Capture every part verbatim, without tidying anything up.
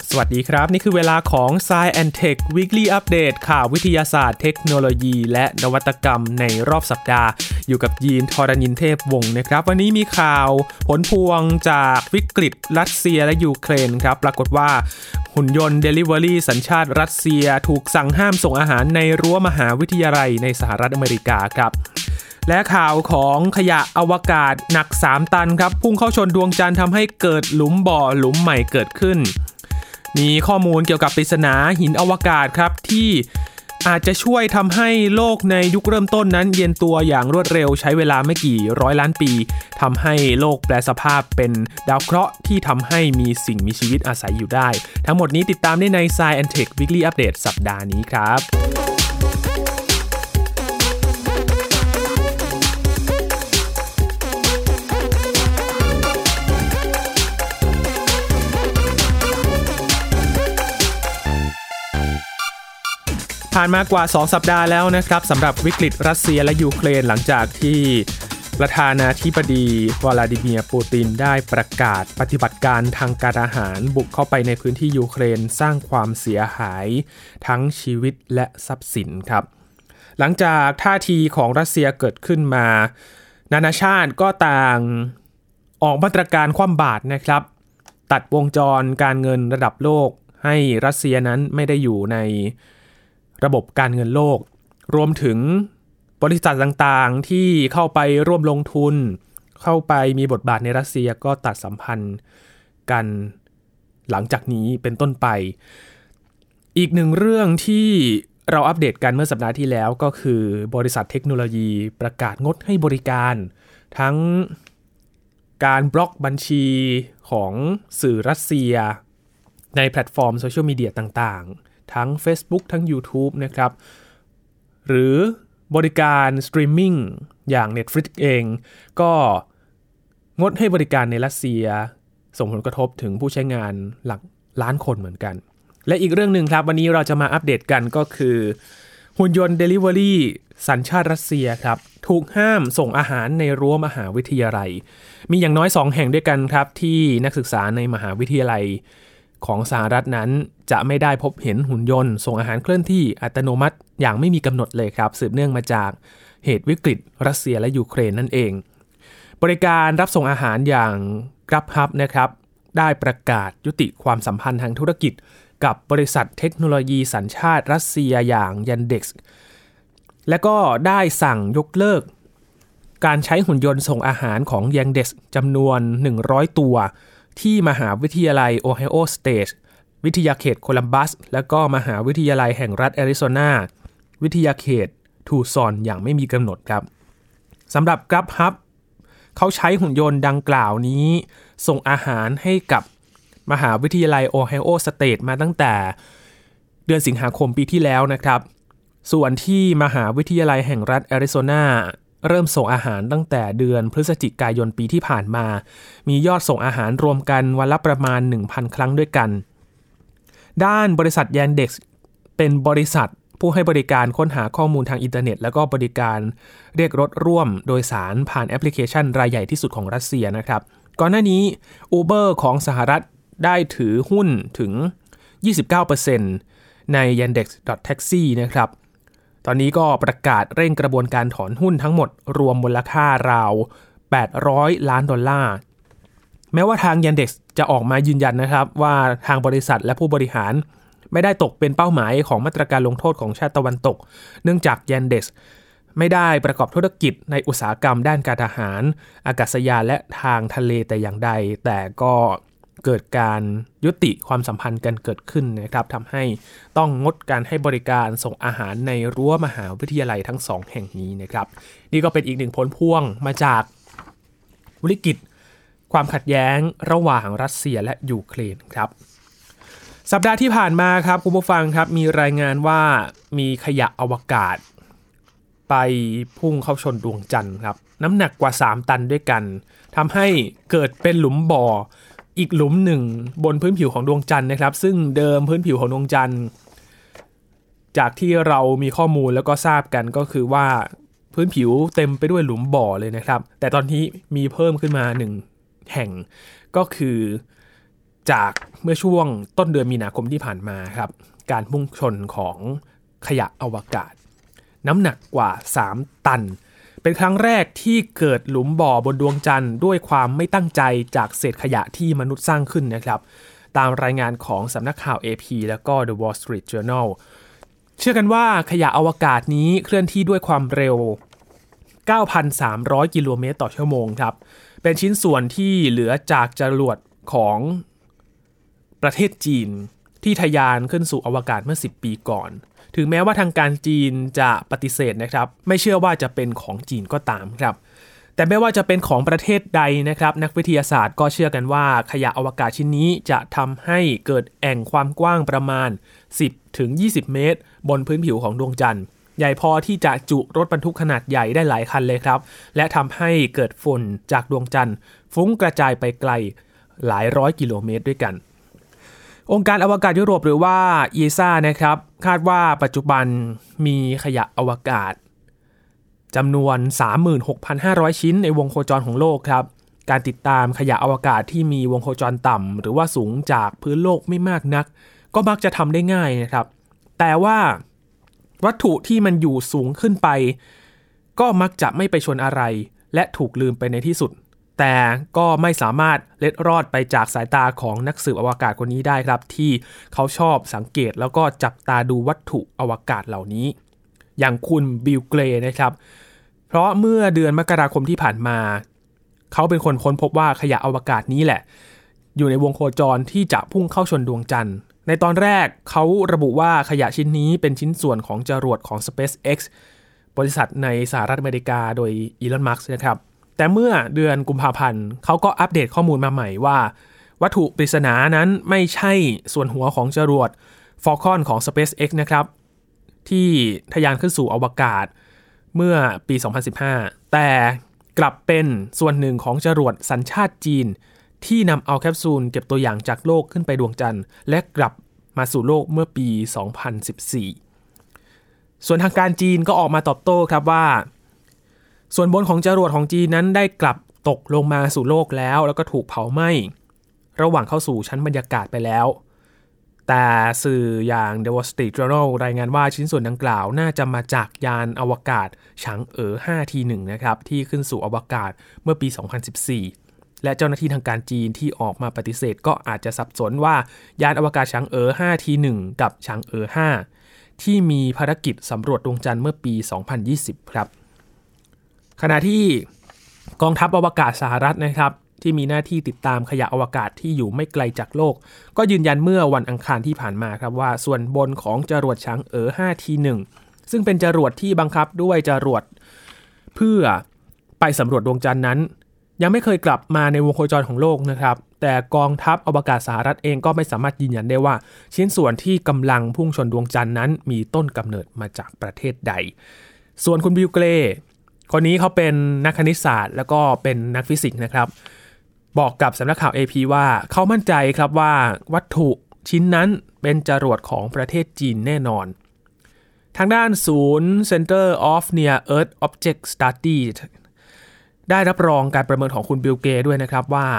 สวัสดีครับนี่คือเวลาของ Science แอนด์ Tech Weekly Update ข่าววิทยาศาสตร์เทคโนโลยีและนวัตกรรมในรอบสัปดาห์อยู่กับยีนทรณินเทพวงศ์นะครับวันนี้มีข่าวผลพวงจากวิกฤตรัสเซียและยูเครนครับปรากฏว่าหุ่นยนต์ Delivery สัญชาติรัสเซียถูกสั่งห้ามส่งอาหารในรั้วมหาวิทยาลัยในสหรัฐอเมริกาครับและข่าวของขยะอวกาศหนักสามตันครับพุ่งเข้าชนดวงจันทร์ทำให้เกิดหลุมบ่อหลุมใหม่เกิดขึ้นมีข้อมูลเกี่ยวกับปริศนาหินอวกาศครับที่อาจจะช่วยทำให้โลกในยุคเริ่มต้นนั้นเย็นตัวอย่างรวดเร็วใช้เวลาไม่กี่ร้อยล้านปีทำให้โลกแปรสภาพเป็นดาวเคราะห์ที่ทำให้มีสิ่งมีชีวิตอาศัยอยู่ได้ทั้งหมดนี้ติดตามได้ใน Science แอนด์ Tech Weekly Update สัปดาห์นี้ครับผ่านมากว่าสองสัปดาห์แล้วนะครับสำหรับวิกฤตรัสเซียและยูเครนหลังจากที่ประธานาธิบดีวลาดิเมียร์ปูตินได้ประกาศปฏิบัติการทางการทหารบุกเข้าไปในพื้นที่ยูเครนสร้างความเสียหายทั้งชีวิตและทรัพย์สินครับหลังจากท่าทีของรัสเซียเกิดขึ้นมานานาชาติก็ต่างออกมาตรการคว่ำบาตรนะครับตัดวงจรการเงินระดับโลกให้รัสเซียนั้นไม่ได้อยู่ในระบบการเงินโลกรวมถึงบริษัทต่างๆที่เข้าไปร่วมลงทุนเข้าไปมีบทบาทในรัสเซียก็ตัดสัมพันธ์กันหลังจากนี้เป็นต้นไปอีกหนึ่งเรื่องที่เราอัปเดตกันเมื่อสัปดาห์ที่แล้วก็คือบริษัทเทคโนโลยีประกาศงดให้บริการทั้งการบล็อกบัญชีของสื่อรัสเซียในแพลตฟอร์มโซเชียลมีเดียต่างๆทั้ง Facebook ทั้ง YouTube นะครับหรือบริการสตรีมมิ่งอย่าง Netflix เองก็งดให้บริการในรัสเซียส่งผลกระทบถึงผู้ใช้งานหลักล้านคนเหมือนกันและอีกเรื่องหนึ่งครับวันนี้เราจะมาอัปเดตกันก็คือหุ่นยนต์ Delivery สัญชาติรัสเซียครับถูกห้ามส่งอาหารในรั้วมหาวิทยาลัยมีอย่างน้อยสองแห่งด้วยกันครับที่นักศึกษาในมหาวิทยาลัยของสหรัฐนั้นจะไม่ได้พบเห็นหุ่นยนต์ส่งอาหารเคลื่อนที่อัตโนมัติอย่างไม่มีกำหนดเลยครับสืบเนื่องมาจากเหตุวิกฤตรัสเซียและยูเครนนั่นเองบริการรับส่งอาหารอย่าง GrabHub นะครับได้ประกาศยุติความสัมพันธ์ทางธุรกิจกับบริษัทเทคโนโลยีสัญชาติรัสเซียอย่าง Yandex และก็ได้สั่งยกเลิกการใช้หุ่นยนต์ส่งอาหารของ Yandex จำนวนหนึ่งร้อยตัวที่มหาวิทยาลัยโอไฮโอสเตทวิทยาเขตโคลัมบัสและก็มหาวิทยาลัยแห่งรัฐแอริโซนาวิทยาเขตทูซอนอย่างไม่มีกำหนดครับสำหรับ GrabHub เขาใช้หุ่นยนต์ดังกล่าวนี้ส่งอาหารให้กับมหาวิทยาลัยโอไฮโอสเตทมาตั้งแต่เดือนสิงหาคมปีที่แล้วนะครับส่วนที่มหาวิทยาลัยแห่งรัฐแอริโซนาเริ่มส่งอาหารตั้งแต่เดือนพฤศจิกายนปีที่ผ่านมามียอดส่งอาหารรวมกันวันละประมาณ หนึ่งพัน ครั้งด้วยกันด้านบริษัท Yandex เป็นบริษัทผู้ให้บริการค้นหาข้อมูลทางอินเทอร์เน็ตแล้วก็บริการเรียกรถร่วมโดยสารผ่านแอปพลิเคชันรายใหญ่ที่สุดของรัสเซียนะครับก่อนหน้านี้ Uber ของสหรัฐได้ถือหุ้นถึง ยี่สิบเก้าเปอร์เซ็นต์ ใน Yandex.Taxi นะครับตอนนี้ก็ประกาศเร่งกระบวนการถอนหุ้นทั้งหมดรวมมูลค่าราวแปดร้อยล้านดอลลาร์แม้ว่าทาง Yandex จะออกมายืนยันนะครับว่าทางบริษัทและผู้บริหารไม่ได้ตกเป็นเป้าหมายของมาตรการลงโทษของชาติตะวันตกเนื่องจาก Yandex ไม่ได้ประกอบธุรกิจในอุตสาหกรรมด้านการทหารอากาศยานและทางทะเลแต่อย่างใดแต่ก็เกิดการยุติความสัมพันธ์กันเกิดขึ้นนะครับทำให้ต้องงดการให้บริการส่งอาหารในรั้วมหาวิทยาลัยทั้งสองแห่งนี้นะครับนี่ก็เป็นอีกหนึ่งผลพวงมาจากวิกฤตความขัดแย้งระหว่างรัสเซียและยูเครนครับสัปดาห์ที่ผ่านมาครับคุณผู้ฟังครับมีรายงานว่ามีขยะอวกาศไปพุ่งเข้าชนดวงจันทร์ครับน้ำหนักกว่าสามตันด้วยกันทำให้เกิดเป็นหลุมบ่ออีกหลุมหนึ่งบนพื้นผิวของดวงจันทร์นะครับซึ่งเดิมพื้นผิวของดวงจันทร์จากที่เรามีข้อมูลแล้วก็ทราบกันก็คือว่าพื้นผิวเต็มไปด้วยหลุมบ่อเลยนะครับแต่ตอนนี้มีเพิ่มขึ้นมาหนึ่งแห่งก็คือจากเมื่อช่วงต้นเดือนมีนาคมที่ผ่านมาครับการพุ่งชนของขยะอวกาศน้ำหนักกว่าสามตันเป็นครั้งแรกที่เกิดหลุมบ่อบนดวงจันทร์ด้วยความไม่ตั้งใจจากเศษขยะที่มนุษย์สร้างขึ้นนะครับตามรายงานของสำนักข่าว เอ พี และก็ The Wall Street Journal เชื่อกันว่าขยะอวกาศนี้เคลื่อนที่ด้วยความเร็ว เก้าพันสามร้อย กิโลเมตรต่อชั่วโมงครับเป็นชิ้นส่วนที่เหลือจากจรวดของประเทศจีนที่ทะยานขึ้นสู่อวกาศเมื่อสิบปีก่อนถึงแม้ว่าทางการจีนจะปฏิเสธนะครับไม่เชื่อว่าจะเป็นของจีนก็ตามครับแต่ไม่ว่าจะเป็นของประเทศใดนะครับนักวิทยาศาสตร์ก็เชื่อกันว่าขยะอวกาศชิ้นนี้จะทำให้เกิดแอ่งความกว้างประมาณ สิบถึงยี่สิบ เมตรบนพื้นผิวของดวงจันทร์ใหญ่พอที่จะจุรถบรรทุกขนาดใหญ่ได้หลายคันเลยครับและทำให้เกิดฝุ่นจากดวงจันทร์ฟุ้งกระจายไปไกลหลายร้อยกิโลเมตรด้วยกันองค์การอวกาศยุโรปหรือว่า อี เอ เอส เอ นะครับคาดว่าปัจจุบันมีขยะอวกาศจำนวน สามหมื่นหกพันห้าร้อย ชิ้นในวงโคจรของโลกครับการติดตามขยะอวกาศที่มีวงโคจรต่ำหรือว่าสูงจากพื้นโลกไม่มากนักก็มักจะทำได้ง่ายนะครับแต่ว่าวัตถุที่มันอยู่สูงขึ้นไปก็มักจะไม่ไปชนอะไรและถูกลืมไปในที่สุดแต่ก็ไม่สามารถเล็ดรอดไปจากสายตาของนักสืบอวกาศคนนี้ได้ครับที่เขาชอบสังเกตแล้วก็จับตาดูวัตถุอวกาศเหล่านี้อย่างคุณบิลเกรย์นะครับเพราะเมื่อเดือนมกราคมที่ผ่านมาเขาเป็นคนค้นพบว่าขยะอวกาศนี้แหละอยู่ในวงโคจรที่จะพุ่งเข้าชนดวงจันทร์ในตอนแรกเขาระบุว่าขยะชิ้นนี้เป็นชิ้นส่วนของจรวดของ SpaceX บริษัทในสหรัฐอเมริกาโดยอีลอน มัสก์นะครับแต่เมื่อเดือนกุมภาพันธ์เขาก็อัปเดตข้อมูลมาใหม่ว่าวัตถุปริศนานั้นไม่ใช่ส่วนหัวของจรวด Falcon ของ SpaceX นะครับที่ทะยานขึ้นสู่อวกาศเมื่อปี สองพันสิบห้า แต่กลับเป็นส่วนหนึ่งของจรวดสัญชาติจีนที่นำเอาแคปซูลเก็บตัวอย่างจากโลกขึ้นไปดวงจันทร์และกลับมาสู่โลกเมื่อปี สองพันสิบสี่ ส่วนทางการจีนก็ออกมาตอบโต้ครับว่าส่วนบนของจรวดของจีนนั้นได้กลับตกลงมาสู่โลกแล้วแล้วก็ถูกเผาไหม้ระหว่างเข้าสู่ชั้นบรรยากาศไปแล้วแต่สื่ออย่าง The Wall Street Journal รายงานว่าชิ้นส่วนดังกล่าวน่าจะมาจากยานอวกาศฉางเอ๋อ ห้า ที หนึ่ง นะครับที่ขึ้นสู่อวกาศเมื่อปี สองพันสิบสี่ และเจ้าหน้าที่ทางการจีนที่ออกมาปฏิเสธก็อาจจะสับสนว่ายานอวกาศฉางเอ๋อ ห้า ที หนึ่ง กับฉางเอ๋อ ห้า ที่มีภารกิจสำรวจดวงจันทร์เมื่อปี สองพันยี่สิบ ครับขณะที่กองทัพอวกาศสหรัฐนะครับที่มีหน้าที่ติดตามขยะอวกาศที่อยู่ไม่ไกลจากโลกก็ยืนยันเมื่อวันอังคารที่ผ่านมาครับว่าส่วนบนของจรวดฉางเอ๋อ ห้า ที หนึ่ง ซึ่งเป็นจรวดที่บังคับด้วยจรวดเพื่อไปสำรวจดวงจันทร์นั้นยังไม่เคยกลับมาในวงโคจรของโลกนะครับแต่กองทัพอวกาศสหรัฐเองก็ไม่สามารถยืนยันได้ว่าชิ้นส่วนที่กำลังพุ่งชนดวงจันทร์นั้นมีต้นกำเนิดมาจากประเทศใดส่วนคุณบิลเกรย์คนนี้เขาเป็นนักคณิตศาสตร์แล้วก็เป็นนักฟิสิกส์นะครับบอกกับสำนักข่าว เอ พี ว่าเขามั่นใจครับว่าวัตถุชิ้นนั้นเป็นจรวดของประเทศจีนแน่นอนทางด้านศูนย์ Center of Near Earth Object Studies ได้รับรองการประเมินของคุณบิลเกย์ด้วยนะครับว่า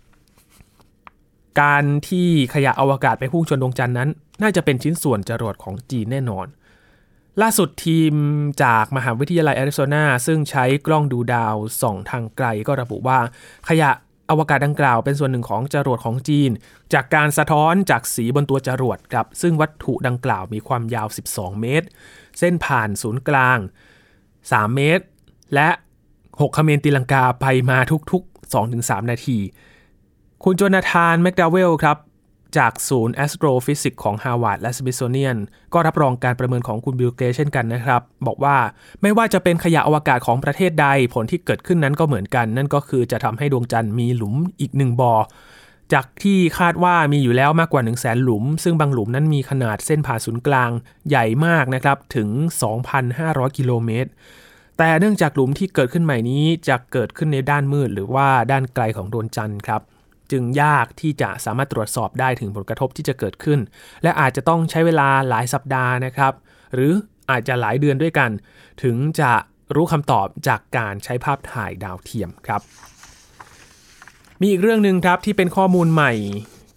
การที่ขยะอวกาศไปพุ่งชนดวงจันทร์นั้นน่าจะเป็นชิ้นส่วนจรวดของจีนแน่นอนล่าสุดทีมจากมหาวิทยาลัยแอริโซนาซึ่งใช้กล้องดูดาวส่องทางไกลก็ระบุว่าขยะอวกาศดังกล่าวเป็นส่วนหนึ่งของจรวดของจีนจากการสะท้อนจากสีบนตัวจรวดครับซึ่งวัตถุดังกล่าวมีความยาวสิบสองเมตรเส้นผ่านศูนย์กลางสามเมตรและหกเขมรตีลังกาไปมาทุกๆ สองถึงสาม นาทีคุณโจนาธานแมคดาเวลครับจากศูนย์แอสโทรฟิสิกส์ของฮาวาร์ดและสมิธโซเนียนก็รับรองการประเมินของคุณบิลเกย์เช่นกันนะครับบอกว่าไม่ว่าจะเป็นขยะอวกาศของประเทศใดผลที่เกิดขึ้นนั้นก็เหมือนกันนั่นก็คือจะทำให้ดวงจันทร์มีหลุมอีกหนึ่งบ่อจากที่คาดว่ามีอยู่แล้วมากกว่า หนึ่งแสน หลุมซึ่งบางหลุมนั้นมีขนาดเส้นผ่าศูนย์กลางใหญ่มากนะครับถึง สองพันห้าร้อย กิโลเมตรแต่เนื่องจากหลุมที่เกิดขึ้นใหม่นี้จะเกิดขึ้นในด้านมืดหรือว่าด้านไกลของดวงจันทร์ครับจึงยากที่จะสามารถตรวจสอบได้ถึงผลกระทบที่จะเกิดขึ้นและอาจจะต้องใช้เวลาหลายสัปดาห์นะครับหรืออาจจะหลายเดือนด้วยกันถึงจะรู้คำตอบจากการใช้ภาพถ่ายดาวเทียมครับมีอีกเรื่องนึงครับที่เป็นข้อมูลใหม่เ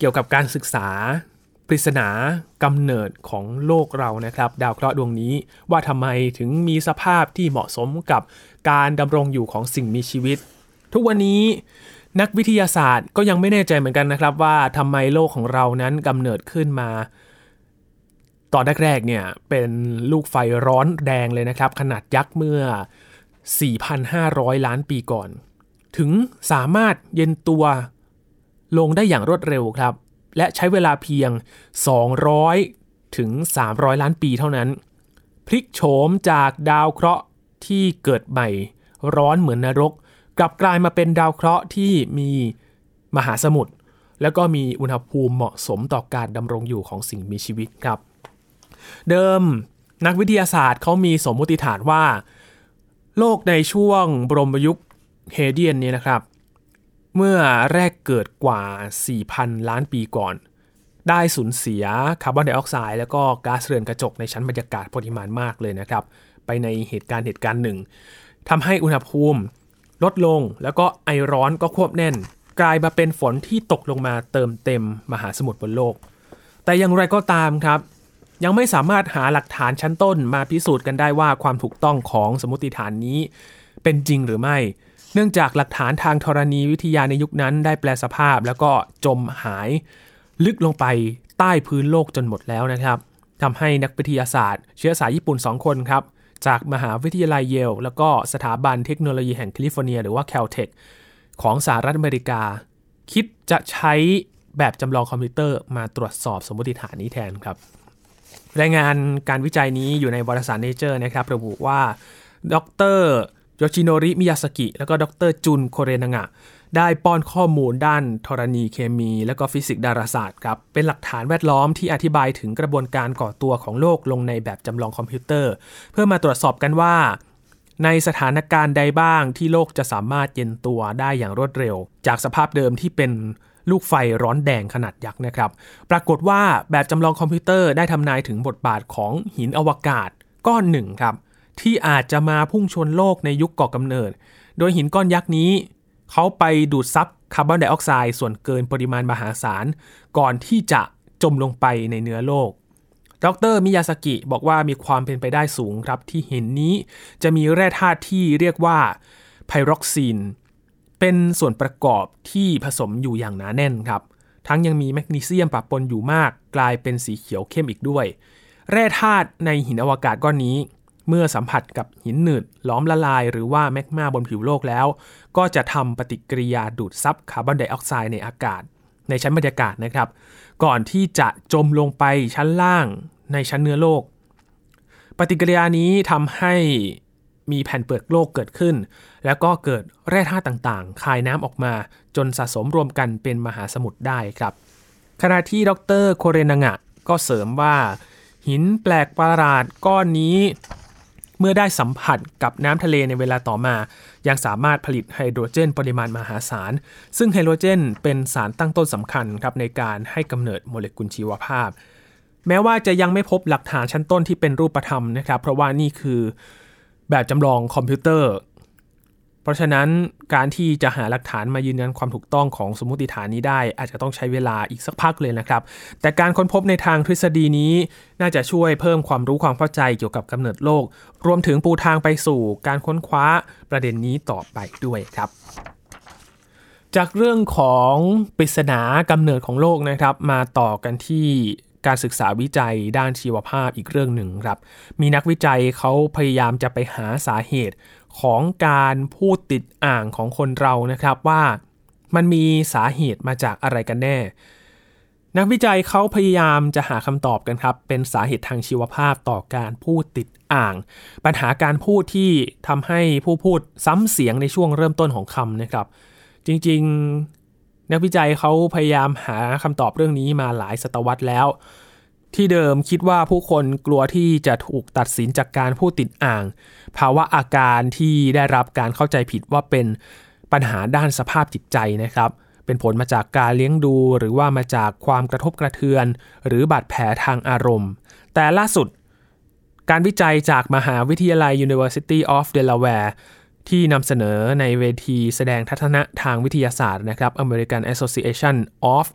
กี่ยวกับการศึกษาปริศนากำเนิดของโลกเรานะครับดาวเคราะห์ดวงนี้ว่าทำไมถึงมีสภาพที่เหมาะสมกับการดำรงอยู่ของสิ่งมีชีวิตทุกวันนี้นักวิทยาศาสตร์ก็ยังไม่แน่ใจเหมือนกันนะครับว่าทำไมโลกของเรานั้นกำเนิดขึ้นมาตอนแรกๆเนี่ยเป็นลูกไฟร้อนแดงเลยนะครับขนาดยักษ์เมื่อ สี่พันห้าร้อย ล้านปีก่อนถึงสามารถเย็นตัวลงได้อย่างรวดเร็วครับและใช้เวลาเพียงสองร้อยถึงสามร้อยล้านปีเท่านั้นพลิกโฉมจากดาวเคราะห์ที่เกิดใหม่ร้อนเหมือนนรกกลับกลายมาเป็นดาวเคราะห์ที่มีมหาสมุทรแล้วก็มีอุณหภูมิเหมาะสมต่อการดำรงอยู่ของสิ่งมีชีวิตครับเดิมนักวิทยาศาสตร์เขามีสมมติฐานว่าโลกในช่วงบรมยุคเฮเดียนเนี่ยนะครับเมื่อแรกเกิดกว่า สี่พัน ล้านปีก่อนได้สูญเสียคาร์บอนไดออกไซด์แล้วก็ก๊าซเรือนกระจกในชั้นบรรยากาศปริมาณมากเลยนะครับไปในเหตุการณ์เหตุการณ์หนึ่งทำให้อุณหภูมิลดลงแล้วก็ไอร้อนก็ควบแน่นกลายมาเป็นฝนที่ตกลงมาเติมเต็มมหาสมุทรบนโลกแต่อย่างไรก็ตามครับยังไม่สามารถหาหลักฐานชั้นต้นมาพิสูจน์กันได้ว่าความถูกต้องของสมมติฐานนี้เป็นจริงหรือไม่เนื่องจากหลักฐานทางธรณีวิทยาในยุคนั้นได้แปลสภาพแล้วก็จมหายลึกลงไปใต้พื้นโลกจนหมดแล้วนะครับทำให้นักวิทยาศาสตร์เชื้อสายญี่ปุ่นสองคนครับจากมหาวิทยาลัยเยลแล้วก็สถาบันเทคโนโลยีแห่งแคลิฟอร์เนียหรือว่า Caltech ของสหรัฐอเมริกาคิดจะใช้แบบจำลองคอมพิวเตอร์มาตรวจสอบสมมติฐานนี้แทนครับรายงานการวิจัยนี้อยู่ในวารสาร Nature นะครับระบุว่าดรโยชิโนริมิยาสกิแล้วก็ดรจุนโคเรนางะได้ป้อนข้อมูลด้านธรณีเคมีและก็ฟิสิกส์ดาราศาสตร์ครับเป็นหลักฐานแวดล้อมที่อธิบายถึงกระบวนการก่อตัวของโลกลงในแบบจำลองคอมพิวเตอร์เพื่อมาตรวจสอบกันว่าในสถานการณ์ใดบ้างที่โลกจะสามารถเย็นตัวได้อย่างรวดเร็วจากสภาพเดิมที่เป็นลูกไฟร้อนแดงขนาดยักษ์นะครับปรากฏว่าแบบจำลองคอมพิวเตอร์ได้ทำนายถึงบทบาทของหินอวกาศก้อนหนึ่งครับที่อาจจะมาพุ่งชนโลกในยุคก่อกำเนิดโดยหินก้อนยักษ์นี้เขาไปดูดซับคาร์บอนไดออกไซด์ส่วนเกินปริมาณมหาศาลก่อนที่จะจมลงไปในเนื้อโลกดรมิยาสกิบอกว่ามีความเป็นไปได้สูงครับที่หินนี้จะมีแร่ธาตุที่เรียกว่าไพรอกซีนเป็นส่วนประกอบที่ผสมอยู่อย่างหนาแน่นครับทั้งยังมีแมกนีเซียมปะปนอยู่มากกลายเป็นสีเขียวเข้มอีกด้วยแร่ธาตุในหินอวกาศก้อนนี้เมื่อสัมผัสกับหินหนืดล้อมละลายหรือว่าแมกมาบนผิวโลกแล้วก็จะทำปฏิกิริยาดูดซับคาร์บอนไดออกไซด์ในอากาศในชั้นบรรยากาศนะครับก่อนที่จะจมลงไปชั้นล่างในชั้นเนื้อโลกปฏิกิริยานี้ทำให้มีแผ่นเปลือกโลกเกิดขึ้นแล้วก็เกิดแร่ธาตุต่างๆคายน้ำออกมาจนสะสมรวมกันเป็นมหาสมุทรได้ครับขณะที่ดรโคเรนางะก็เสริมว่าหินแปลกประหลาดก้อนนี้เมื่อได้สัมผัสกับน้ำทะเลในเวลาต่อมายังสามารถผลิตไฮโดรเจนปริมาณมหาศาลซึ่งไฮโดรเจนเป็นสารตั้งต้นสำคัญครับในการให้กำเนิดโมเลกุลชีวภาพแม้ว่าจะยังไม่พบหลักฐานชั้นต้นที่เป็นรูปธรรมนะครับเพราะว่านี่คือแบบจำลองคอมพิวเตอร์เพราะฉะนั้นการที่จะหาหลักฐานมายืนยันความถูกต้องของสมมติฐานนี้ได้อาจจะต้องใช้เวลาอีกสักพักเลยนะครับแต่การค้นพบในทางทฤษฎีนี้น่าจะช่วยเพิ่มความรู้ความเข้าใจเกี่ยวกับกำเนิดโลกรวมถึงปูทางไปสู่การค้นคว้าประเด็นนี้ต่อไปด้วยครับจากเรื่องของปริศนากำเนิดของโลกนะครับมาต่อกันที่การศึกษาวิจัยด้านชีวภาพอีกเรื่องหนึ่งครับมีนักวิจัยเขาพยายามจะไปหาสาเหตุของการพูดติดอ่างของคนเรานะครับว่ามันมีสาเหตุมาจากอะไรกันแน่นักวิจัยเขาพยายามจะหาคำตอบกันครับเป็นสาเหตุทางชีวภาพต่อการพูดติดอ่างปัญหาการพูดที่ทำให้ผู้พูดซ้ำเสียงในช่วงเริ่มต้นของคำนะครับจริงๆนักวิจัยเขาพยายามหาคำตอบเรื่องนี้มาหลายศตวรรษแล้วที่เดิมคิดว่าผู้คนกลัวที่จะถูกตัดสินจากการพูดติดอ่างภาวะอาการที่ได้รับการเข้าใจผิดว่าเป็นปัญหาด้านสภาพจิตใจนะครับเป็นผลมาจากการเลี้ยงดูหรือว่ามาจากความกระทบกระเทือนหรือบาดแผลทางอารมณ์แต่ล่าสุดการวิจัยจากมหาวิทยาลัย University of Delaware ที่นำเสนอในเวทีแสดงทัศนะทางวิทยาศาสตร์นะครับ American Association of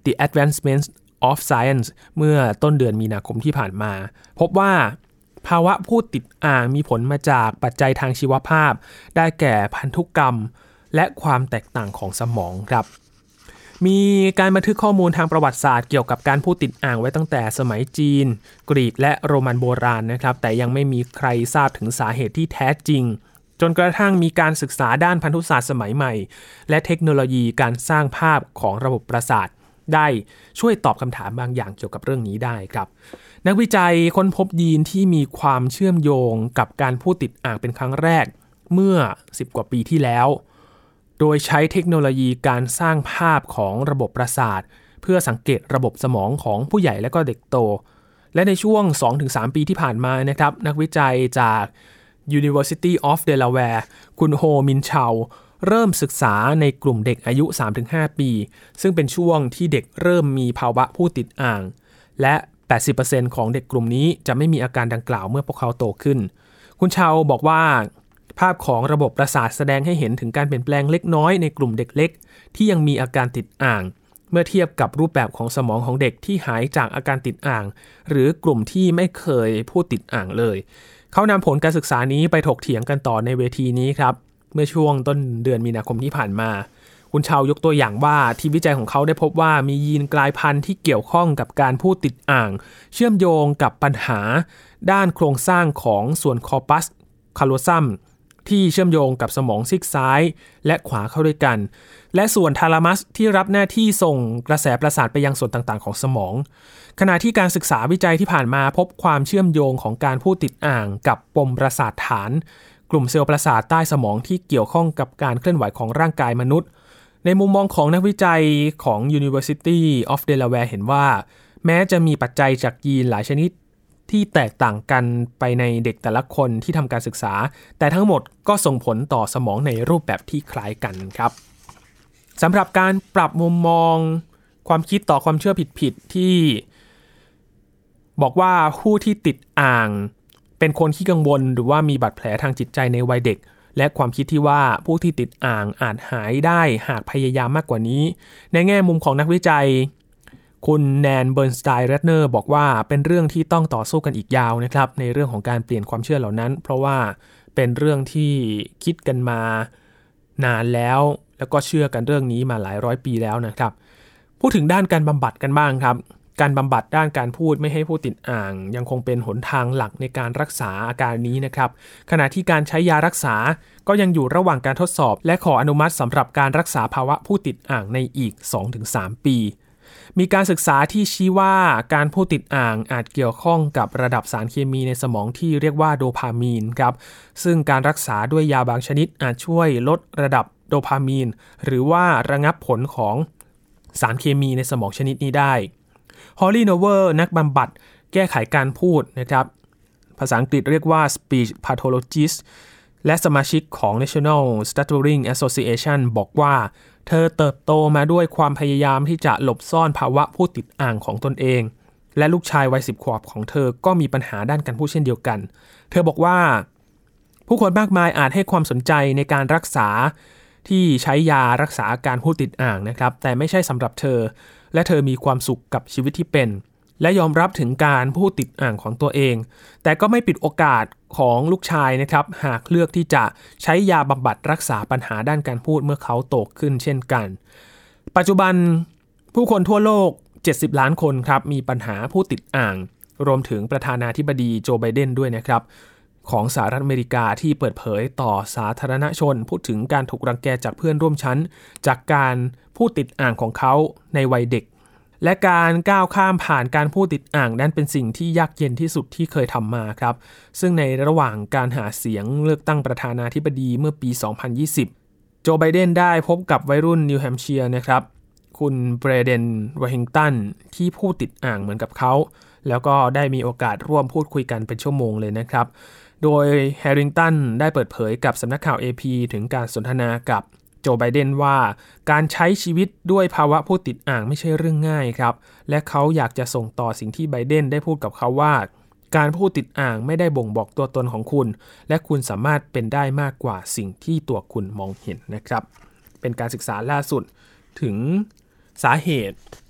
The Advancements of Science เมื่อต้นเดือนมีนาคมที่ผ่านมาพบว่าภาวะผู้ติดอ่างมีผลมาจากปัจจัยทางชีวภาพได้แก่พันธุกรรมและความแตกต่างของสมองครับมีการบันทึกข้อมูลทางประวัติศาสตร์เกี่ยวกับการผู้ติดอ่างไว้ตั้งแต่สมัยจีนกรีกและโรมันโบราณนะครับแต่ยังไม่มีใครทราบถึงสาเหตุที่แท้จริงจนกระทั่งมีการศึกษาด้านพันธุศาสตร์สมัยใหม่และเทคโนโลยีการสร้างภาพของระบบประสาทได้ช่วยตอบคำถามบางอย่างเกี่ยวกับเรื่องนี้ได้ครับนักวิจัยค้นพบยีนที่มีความเชื่อมโยงกับการผู้ติดอ่างเป็นครั้งแรกเมื่อสิบกว่าปีที่แล้วโดยใช้เทคโนโลยีการสร้างภาพของระบบประสาทเพื่อสังเกตระบบสมองของผู้ใหญ่และก็เด็กโตและในช่วง สองถึงสาม ปีที่ผ่านมานะครับนักวิจัยจาก University of Delaware คุณโฮมินเชาเริ่มศึกษาในกลุ่มเด็กอายุ สามถึงห้า ปีซึ่งเป็นช่วงที่เด็กเริ่มมีภาวะผู้ติดอ่างและ แปดสิบเปอร์เซ็นต์ ของเด็กกลุ่มนี้จะไม่มีอาการดังกล่าวเมื่อพวกเขาโตขึ้นคุณเชาบอกว่าภาพของระบบประสาทแสดงให้เห็นถึงการเปลี่ยนแปลงเล็กน้อยในกลุ่มเด็กเล็กที่ยังมีอาการติดอ่างเมื่อเทียบกับรูปแบบของสมองของเด็กที่หายจากอาการติดอ่างหรือกลุ่มที่ไม่เคยพูดติดอ่างเลยเขานำผลการศึกษานี้ไปถกเถียงกันต่อในเวทีนี้ครับเมื่อช่วงต้นเดือนมีนาคมที่ผ่านมาคุณเชายกตัวอย่างว่าทีมวิจัยของเขาได้พบว่ามียีนกลายพันธุ์ที่เกี่ยวข้องกับการพูดติดอ่างเชื่อมโยงกับปัญหาด้านโครงสร้างของส่วนคอปัสคาโลซัมที่เชื่อมโยงกับสมองซีกซ้ายและขวาเข้าด้วยกันและส่วนทาลามัสที่รับหน้าที่ส่งกระแสประสาทไปยังส่วนต่างๆของสมองขณะที่การศึกษาวิจัยที่ผ่านมาพบความเชื่อมโยงของการพูดติดอ่างกับปมประสาทฐานกลุ่มเซลล์ประสาทใต้สมองที่เกี่ยวข้องกับการเคลื่อนไหวของร่างกายมนุษย์ในมุมมองของนักวิจัยของ University of Delaware เห็นว่าแม้จะมีปัจจัยจากยีนหลายชนิดที่แตกต่างกันไปในเด็กแต่ละคนที่ทำการศึกษาแต่ทั้งหมดก็ส่งผลต่อสมองในรูปแบบที่คล้ายกันครับสำหรับการปรับมุมมองความคิดต่อความเชื่อผิดๆที่บอกว่าผู้ที่ติดอ่างเป็นคนขี้กังวลหรือว่ามีบาดแผลทางจิตใจในวัยเด็กและความคิดที่ว่าผู้ที่ติดอ่างอาจหายได้หากพยายามมากกว่านี้ในแง่มุมของนักวิจัยคุณแนนเบิร์นสไตน์เรดเนอร์บอกว่าเป็นเรื่องที่ต้องต่อสู้กันอีกยาวนะครับในเรื่องของการเปลี่ยนความเชื่อเหล่านั้นเพราะว่าเป็นเรื่องที่คิดกันมานานแล้วแล้วก็เชื่อกันเรื่องนี้มาหลายร้อยปีแล้วนะครับพูดถึงด้านการบำบัดกันบ้างครับการบำบัดด้านการพูดไม่ให้ผู้ติดอ่างยังคงเป็นหนทางหลักในการรักษาอาการนี้นะครับขณะที่การใช้ยารักษาก็ยังอยู่ระหว่างการทดสอบและขออนุมัติสำหรับการรักษาภาวะผู้ติดอ่างในอีก สองถึงสาม ปีมีการศึกษาที่ชี้ว่าการผู้ติดอ่างอาจเกี่ยวข้องกับระดับสารเคมีในสมองที่เรียกว่าโดพามีนครับซึ่งการรักษาด้วยยาบางชนิดอาจช่วยลดระดับโดพามีนหรือว่าระงับผลของสารเคมีในสมองชนิดนี้ได้ฮอลลี่โนเวอร์นักบำบัดแก้ไขการพูดนะครับภาษาอังกฤษเรียกว่า speech pathologist และสมาชิกของ National Stuttering Association บอกว่าเธอเติบโตมาด้วยความพยายามที่จะหลบซ่อนภาวะผู้ติดอ่างของตนเองและลูกชายวัยสิบขวบของเธอก็มีปัญหาด้านการพูดเช่นเดียวกันเธอบอกว่าผู้คนมากมายอาจให้ความสนใจในการรักษาที่ใช้ยารักษาอาการผู้ติดอ่างนะครับแต่ไม่ใช่สำหรับเธอและเธอมีความสุขกับชีวิตที่เป็นและยอมรับถึงการพูดติดอ่างของตัวเองแต่ก็ไม่ปิดโอกาสของลูกชายนะครับหากเลือกที่จะใช้ยาบำบัดรักษาปัญหาด้านการพูดเมื่อเขาโตขึ้นเช่นกันปัจจุบันผู้คนทั่วโลกเจ็ดสิบล้านคนครับมีปัญหาผู้ติดอ่างรวมถึงประธานาธิบดีโจไบเดนด้วยนะครับของสหรัฐอเมริกาที่เปิดเผยต่อสาธารณชนพูดถึงการถูกรังแกจากเพื่อนร่วมชั้นจากการพูดติดอ่างของเขาในวัยเด็กและการก้าวข้ามผ่านการพูดติดอ่างนั้นเป็นสิ่งที่ยากเย็นที่สุดที่เคยทำมาครับซึ่งในระหว่างการหาเสียงเลือกตั้งประธานาธิบดีเมื่อปีสองพันยี่สิบโจไบเดนได้พบกับวัยรุ่นนิวแฮมป์เชียร์นะครับคุณเบรเดนวอชิงตันที่พูดติดอ่างเหมือนกับเขาแล้วก็ได้มีโอกาสร่วมพูดคุยกันเป็นชั่วโมงเลยนะครับโดยแฮริงตันได้เปิดเผยกับสำนักข่าว เอ พี ถึงการสนทนากับโจไบเดนว่าการใช้ชีวิตด้วยภาวะผู้ติดอ่างไม่ใช่เรื่องง่ายครับและเขาอยากจะส่งต่อสิ่งที่ไบเดนได้พูดกับเขาว่าการพูดติดอ่างไม่ได้บ่งบอกตัวตนของคุณและคุณสามารถเป็นได้มากกว่าสิ่งที่ตัวคุณมองเห็นนะครับเป็นการศึกษาล่าสุดถึงสาเหตุ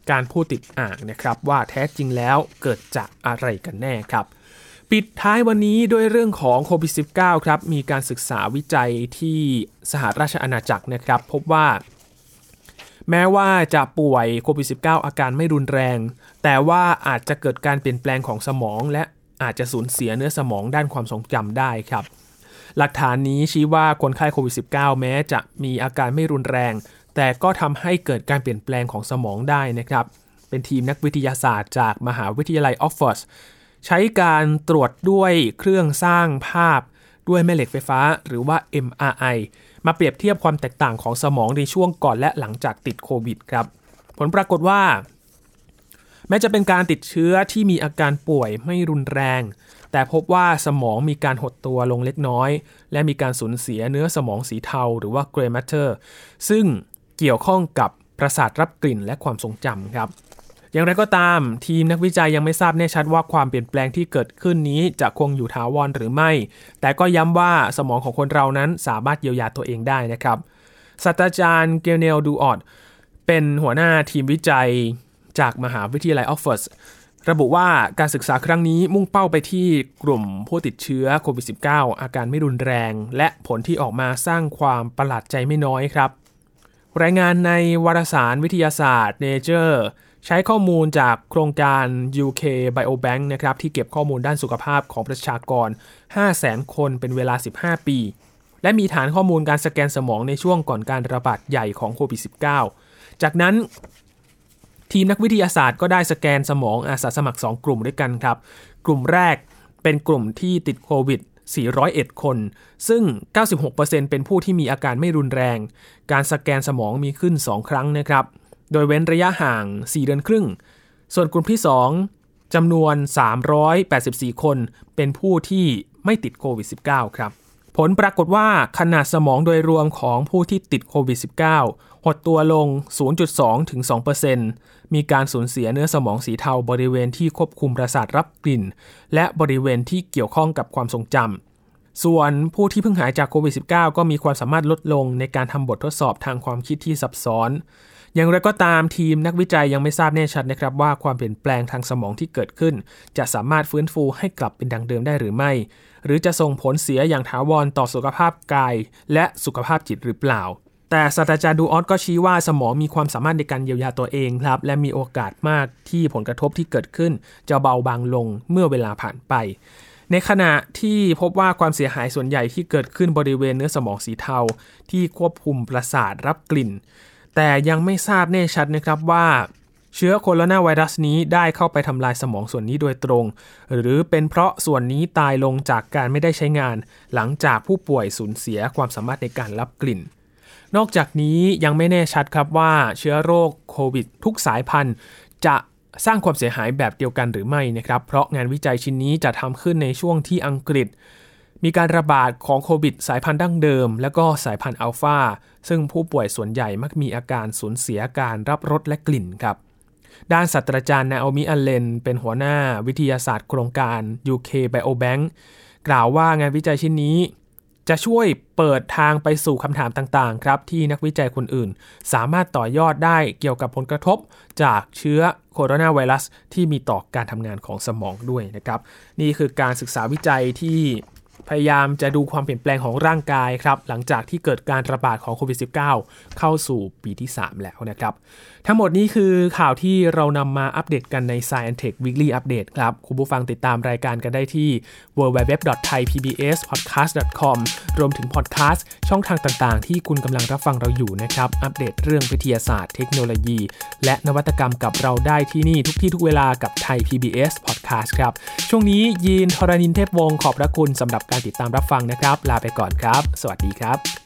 การพูดติดอ่างนะครับว่าแท้จริงแล้วเกิดจากอะไรกันแน่ครับปิดท้ายวันนี้ด้วยเรื่องของโควิด สิบเก้า ครับมีการศึกษาวิจัยที่สหราชอาณาจักรนะครับพบว่าแม้ว่าจะป่วยโควิด สิบเก้า อาการไม่รุนแรงแต่ว่าอาจจะเกิดการเปลี่ยนแปลงของสมองและอาจจะสูญเสียเนื้อสมองด้านความทรงจำได้ครับหลักฐานนี้ชี้ว่าคนไข้โควิด สิบเก้า แม้จะมีอาการไม่รุนแรงแต่ก็ทำให้เกิดการเปลี่ยนแปลงของสมองได้นะครับเป็นทีมนักวิทยาศาสตร์จากมหาวิทยาลัยออกฟฟอร์ดใช้การตรวจด้วยเครื่องสร้างภาพด้วยแม่เหล็กไฟฟ้าหรือว่า เอ็ม อาร์ ไอ มาเปรียบเทียบความแตกต่างของสมองในช่วงก่อนและหลังจากติดโควิดครับผลปรากฏว่าแม้จะเป็นการติดเชื้อที่มีอาการป่วยไม่รุนแรงแต่พบว่าสมองมีการหดตัวลงเล็กน้อยและมีการสูญเสียเนื้อสมองสีเทาหรือว่า gray matter ซึ่งเกี่ยวข้องกับประสาทรับกลิ่นและความทรงจำครับอย่างไรก็ตามทีมนักวิจัยยังไม่ทราบแน่ชัดว่าความเปลี่ยนแปลงที่เกิดขึ้นนี้จะคงอยู่ถาวรหรือไม่แต่ก็ย้ำว่าสมองของคนเรานั้นสามารถเยียวยาตัวเองได้นะครับศาสตราจารย์เกลเนลดูออดเป็นหัวหน้าทีมวิจัยจากมหาวิทยาลัยออกฟฟอร์ดระบุว่าการศึกษาครั้งนี้มุ่งเป้าไปที่กลุ่มผู้ติดเชื้อโควิด สิบเก้า อาการไม่รุนแรงและผลที่ออกมาสร้างความประหลาดใจไม่น้อยครับรายงานในวารสารวิทยาศาสตร์ Nature ใช้ข้อมูลจากโครงการ ยู เค Biobank นะครับที่เก็บข้อมูลด้านสุขภาพของประชากร ห้าแสน คนเป็นเวลาสิบห้าปีและมีฐานข้อมูลการสแกนสมองในช่วงก่อนการระบาดใหญ่ของโควิด สิบเก้า จากนั้นทีมนักวิทยาศาสตร์ก็ได้สแกนสมองอาสาสมัครสองกลุ่มด้วยกันครับกลุ่มแรกเป็นกลุ่มที่ติดโควิดสี่ร้อยเอ็ดคนซึ่ง เก้าสิบหกเปอร์เซ็นต์ เป็นผู้ที่มีอาการไม่รุนแรงการสแกนสมองมีขึ้นสองครั้งนะครับโดยเว้นระยะห่างสี่เดือนครึ่งส่วนกลุ่มที่สองจำนวนสามร้อยแปดสิบสี่คนเป็นผู้ที่ไม่ติดโควิด สิบเก้า ครับผลปรากฏว่าขนาดสมองโดยรวมของผู้ที่ติดโควิด สิบเก้า หดตัวลง ศูนย์จุดสอง ถึง สองเปอร์เซ็นต์ มีการสูญเสียเนื้อสมองสีเทาบริเวณที่ควบคุมประสาทรับกลิ่นและบริเวณที่เกี่ยวข้องกับความทรงจำส่วนผู้ที่เพิ่งหายจากโควิด สิบเก้า ก็มีความสามารถลดลงในการทำบททดสอบทางความคิดที่ซับซ้อนอย่างไรก็ตามทีมนักวิจัยยังไม่ทราบแน่ชัดนะครับว่าความเปลี่ยนแปลงทางสมองที่เกิดขึ้นจะสามารถฟื้นฟูให้กลับเป็นดังเดิมได้หรือไม่หรือจะส่งผลเสียอย่างถาวรต่อสุขภาพกายและสุขภาพจิตหรือเปล่าแต่ศาสตราจารย์ดูออสก็ชี้ว่าสมองมีความสามารถในการเยียวยาตัวเองครับและมีโอกาสมากที่ผลกระทบที่เกิดขึ้นจะเบาบางลงเมื่อเวลาผ่านไปในขณะที่พบว่าความเสียหายส่วนใหญ่ที่เกิดขึ้นบริเวณเนื้อสมองสีเทาที่ควบคุมประสาทรับกลิ่นแต่ยังไม่ทราบแน่ชัดนะครับว่าเชื้อโคโรนาไวรัสนี้ได้เข้าไปทำลายสมองส่วนนี้โดยตรงหรือเป็นเพราะส่วนนี้ตายลงจากการไม่ได้ใช้งานหลังจากผู้ป่วยสูญเสียความสามารถในการรับกลิ่นนอกจากนี้ยังไม่แน่ชัดครับว่าเชื้อโรคโควิดทุกสายพันธุ์จะสร้างความเสียหายแบบเดียวกันหรือไม่นะครับเพราะงานวิจัยชิ้นนี้จะทำขึ้นในช่วงที่อังกฤษมีการระบาดของโควิดสายพันธุ์ดั้งเดิมและก็สายพันธุ์อัลฟาซึ่งผู้ป่วยส่วนใหญ่มักมีอาการสูญเสียการรับรสและกลิ่นครับด้านศาสตราจารย์นาโอมิอัลเลนเป็นหัวหน้าวิทยาศาสตร์โครงการ ยู เค Biobank กล่าวว่างานวิจัยชิ้นนี้จะช่วยเปิดทางไปสู่คำถามต่างๆครับที่นักวิจัยคนอื่นสามารถต่อยอดได้เกี่ยวกับผลกระทบจากเชื้อโคโรนาไวรัสที่มีต่อการทำงานของสมองด้วยนะครับนี่คือการศึกษาวิจัยที่พยายามจะดูความเปลี่ยนแปลงของร่างกายครับหลังจากที่เกิดการระบาดของโควิด สิบเก้า เข้าสู่ปีที่สามแล้วนะครับทั้งหมดนี้คือข่าวที่เรานำมาอัปเดตกันใน Science Tech Weekly Update ครับคุณผู้ฟังติดตามรายการกันได้ที่ ดับเบิลยู ดับเบิลยู ดับเบิลยู ดอท ไทย พี บี เอส พอดแคสต์ ดอท คอม รวมถึงพอดแคสต์ช่องทางต่างๆที่คุณกำลังรับฟังเราอยู่นะครับอัปเดตเรื่องวิทยาศาสตร์เทคโนโลยีและนวัตกรรมกับเราได้ที่นี่ทุกที่ทุกเวลากับไทย พี บี เอส Podcast ครับช่วงนี้ยีน ธรณินทร์ เทพวงศ์ขอบพระคุณสำหรับการติดตามรับฟังนะครับลาไปก่อนครับสวัสดีครับ